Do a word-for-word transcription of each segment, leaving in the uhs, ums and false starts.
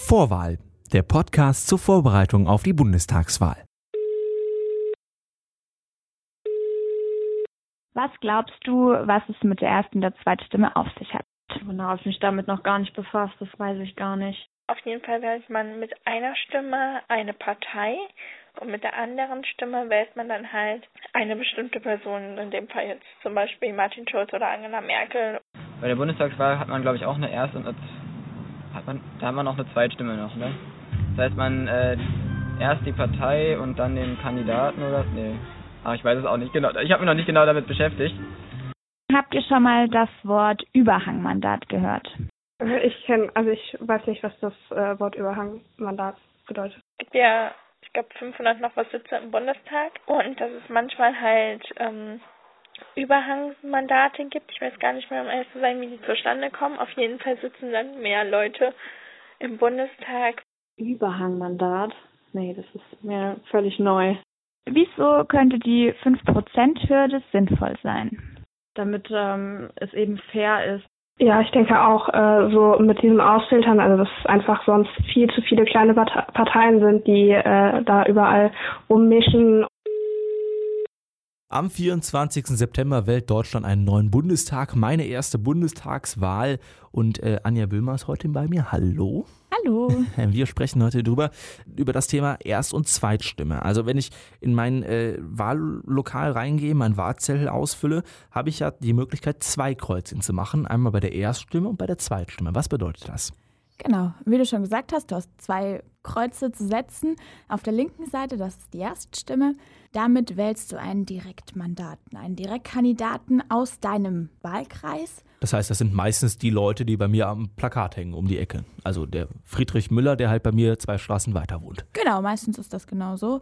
Vorwahl, der Podcast zur Vorbereitung auf die Bundestagswahl. Was glaubst du, was es mit der ersten und der zweiten Stimme auf sich hat? Genau, habe ich mich damit noch gar nicht befasst, das weiß ich gar nicht. Auf jeden Fall wählt man mit einer Stimme eine Partei und mit der anderen Stimme wählt man dann halt eine bestimmte Person, in dem Fall jetzt zum Beispiel Martin Schulz oder Angela Merkel. Bei der Bundestagswahl hat man, glaube ich, auch eine erste und eine, hat man, da hat man auch eine Zweitstimme noch, ne? Das heißt, man äh, erst die Partei und dann den Kandidaten oder was? Nee. Ach, ich weiß es auch nicht genau. Ich habe mich noch nicht genau damit beschäftigt. Habt ihr schon mal das Wort Überhangmandat gehört? Ich kenne, also ich weiß nicht, was das äh, Wort Überhangmandat bedeutet. Es gibt ja, ich glaube, fünfhundert noch was Sitze im Bundestag und dass es manchmal halt ähm, Überhangmandate gibt. Ich weiß gar nicht mehr, um ehrlich zu sein, wie die zustande kommen. Auf jeden Fall sitzen dann mehr Leute im Bundestag. Überhangmandat? Nee, das ist mir völlig neu. Wieso könnte die fünf Prozent Hürde sinnvoll sein? Damit ähm, es eben fair ist. Ja, ich denke auch äh, so mit diesem Ausfiltern, also dass einfach sonst viel zu viele kleine Parteien sind, die äh, da überall rummischen. Am vierundzwanzigsten September wählt Deutschland einen neuen Bundestag, meine erste Bundestagswahl und äh, Anja Böhmer ist heute bei mir. Hallo. Hallo. Wir sprechen heute drüber, über das Thema Erst- und Zweitstimme. Also wenn ich in mein äh, Wahllokal reingehe, meinen Wahlzettel ausfülle, habe ich ja die Möglichkeit, zwei Kreuzchen zu machen. Einmal bei der Erststimme und bei der Zweitstimme. Was bedeutet das? Genau, wie du schon gesagt hast, du hast zwei Kreuze zu setzen. Auf der linken Seite, das ist die Erststimme. Damit wählst du einen Direktmandaten, einen Direktkandidaten aus deinem Wahlkreis. Das heißt, das sind meistens die Leute, die bei mir am Plakat hängen, um die Ecke. Also der Friedrich Müller, der halt bei mir zwei Straßen weiter wohnt. Genau, meistens ist das genau so.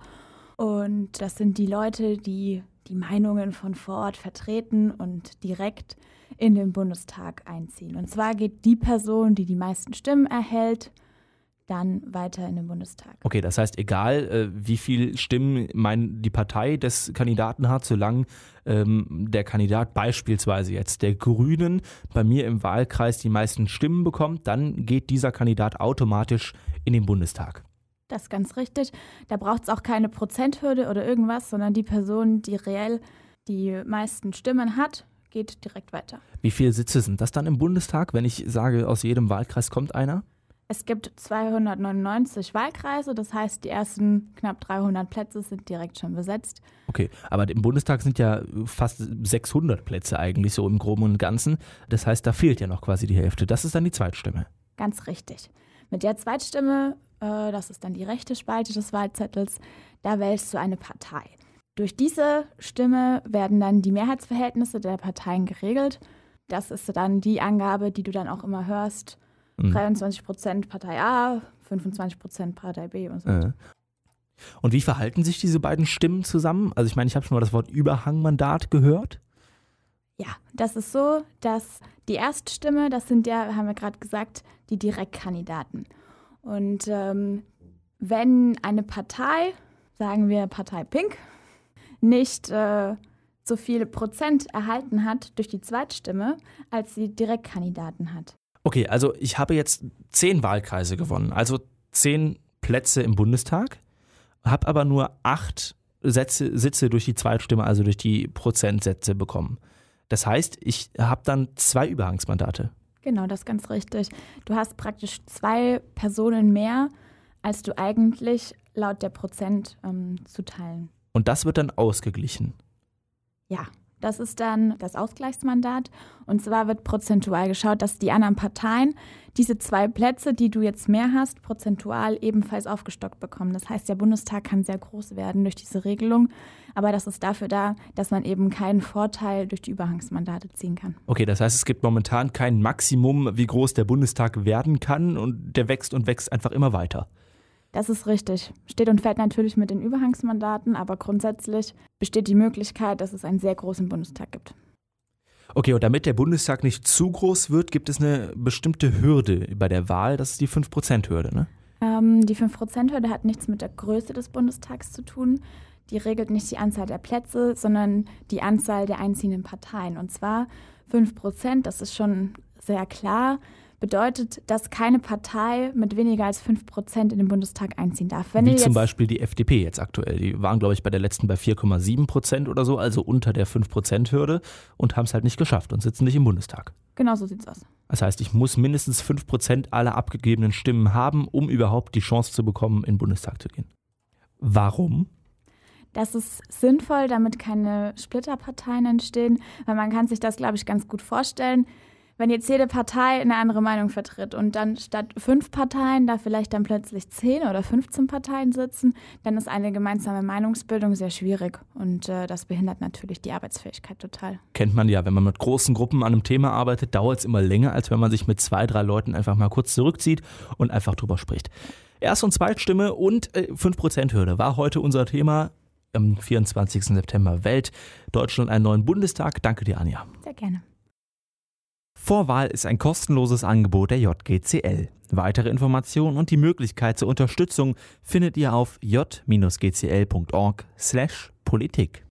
Und das sind die Leute, die die Meinungen von vor Ort vertreten und direkt in den Bundestag einziehen. Und zwar geht die Person, die die meisten Stimmen erhält, dann weiter in den Bundestag. Okay, das heißt, egal äh, wie viel Stimmen mein, die Partei des Kandidaten hat, solange ähm, der Kandidat beispielsweise jetzt der Grünen bei mir im Wahlkreis die meisten Stimmen bekommt, dann geht dieser Kandidat automatisch in den Bundestag. Das ist ganz richtig. Da braucht es auch keine Prozenthürde oder irgendwas, sondern die Person, die reell die meisten Stimmen hat, geht direkt weiter. Wie viele Sitze sind das dann im Bundestag, wenn ich sage, aus jedem Wahlkreis kommt einer? Es gibt zweihundertneunundneunzig Wahlkreise, das heißt, die ersten knapp dreihundert Plätze sind direkt schon besetzt. Okay, aber im Bundestag sind ja fast sechshundert Plätze eigentlich so im Groben und Ganzen. Das heißt, da fehlt ja noch quasi die Hälfte. Das ist dann die Zweitstimme. Ganz richtig. Mit der Zweitstimme, äh, das ist dann die rechte Spalte des Wahlzettels, da wählst du eine Partei. Durch diese Stimme werden dann die Mehrheitsverhältnisse der Parteien geregelt. Das ist dann die Angabe, die du dann auch immer hörst. dreiundzwanzig Prozent Partei A, fünfundzwanzig Prozent Partei B und so. Äh. Und wie verhalten sich diese beiden Stimmen zusammen? Also ich meine, ich habe schon mal das Wort Überhangmandat gehört. Ja, das ist so, dass die Erststimme, das sind ja, haben wir gerade gesagt, die Direktkandidaten. Und ähm, wenn eine Partei, sagen wir Partei Pink, nicht äh, so viele Prozent erhalten hat durch die Zweitstimme, als sie Direktkandidaten hat. Okay, also ich habe jetzt zehn Wahlkreise gewonnen, also zehn Plätze im Bundestag, habe aber nur acht Sätze, Sitze durch die Zweitstimme, also durch die Prozentsätze bekommen. Das heißt, ich habe dann zwei Überhangsmandate. Genau, das ist ganz richtig. Du hast praktisch zwei Personen mehr, als du eigentlich laut der Prozent ähm, zuteilen. Und das wird dann ausgeglichen? Ja. Das ist dann das Ausgleichsmandat. Und zwar wird prozentual geschaut, dass die anderen Parteien diese zwei Plätze, die du jetzt mehr hast, prozentual ebenfalls aufgestockt bekommen. Das heißt, der Bundestag kann sehr groß werden durch diese Regelung. Aber das ist dafür da, dass man eben keinen Vorteil durch die Überhangsmandate ziehen kann. Okay, das heißt, es gibt momentan kein Maximum, wie groß der Bundestag werden kann. Und der wächst und wächst einfach immer weiter. Das ist richtig. Steht und fällt natürlich mit den Überhangsmandaten, aber grundsätzlich besteht die Möglichkeit, dass es einen sehr großen Bundestag gibt. Okay, und damit der Bundestag nicht zu groß wird, gibt es eine bestimmte Hürde bei der Wahl, das ist die fünf Prozent Hürde, ne? Ähm, die fünf Prozent Hürde hat nichts mit der Größe des Bundestags zu tun. Die regelt nicht die Anzahl der Plätze, sondern die Anzahl der einziehenden Parteien. Und zwar fünf Prozent, das ist schon sehr klar. bedeutet, dass keine Partei mit weniger als fünf Prozent in den Bundestag einziehen darf. Wenn Wie ihr zum jetzt, Beispiel die F D P jetzt aktuell. Die waren, glaube ich, bei der letzten bei vier Komma sieben Prozent oder so, also unter der fünf Prozent Hürde und haben es halt nicht geschafft und sitzen nicht im Bundestag. Genau so sieht's aus. Das heißt, ich muss mindestens fünf Prozent aller abgegebenen Stimmen haben, um überhaupt die Chance zu bekommen, in den Bundestag zu gehen. Warum? Das ist sinnvoll, damit keine Splitterparteien entstehen, weil man kann sich das, glaube ich, ganz gut vorstellen. Wenn jetzt jede Partei eine andere Meinung vertritt und dann statt fünf Parteien da vielleicht dann plötzlich zehn oder fünfzehn Parteien sitzen, dann ist eine gemeinsame Meinungsbildung sehr schwierig und äh, das behindert natürlich die Arbeitsfähigkeit total. Kennt man ja, wenn man mit großen Gruppen an einem Thema arbeitet, dauert es immer länger, als wenn man sich mit zwei, drei Leuten einfach mal kurz zurückzieht und einfach drüber spricht. Erst- und Zweitstimme und äh, fünf Prozent Hürde war heute unser Thema. Am vierundzwanzigsten September wählt Deutschland einen neuen Bundestag. Danke dir, Anja. Sehr gerne. Vorwahl ist ein kostenloses Angebot der J G C L. Weitere Informationen und die Möglichkeit zur Unterstützung findet ihr auf j Bindestrich g c l punkt org slash politik.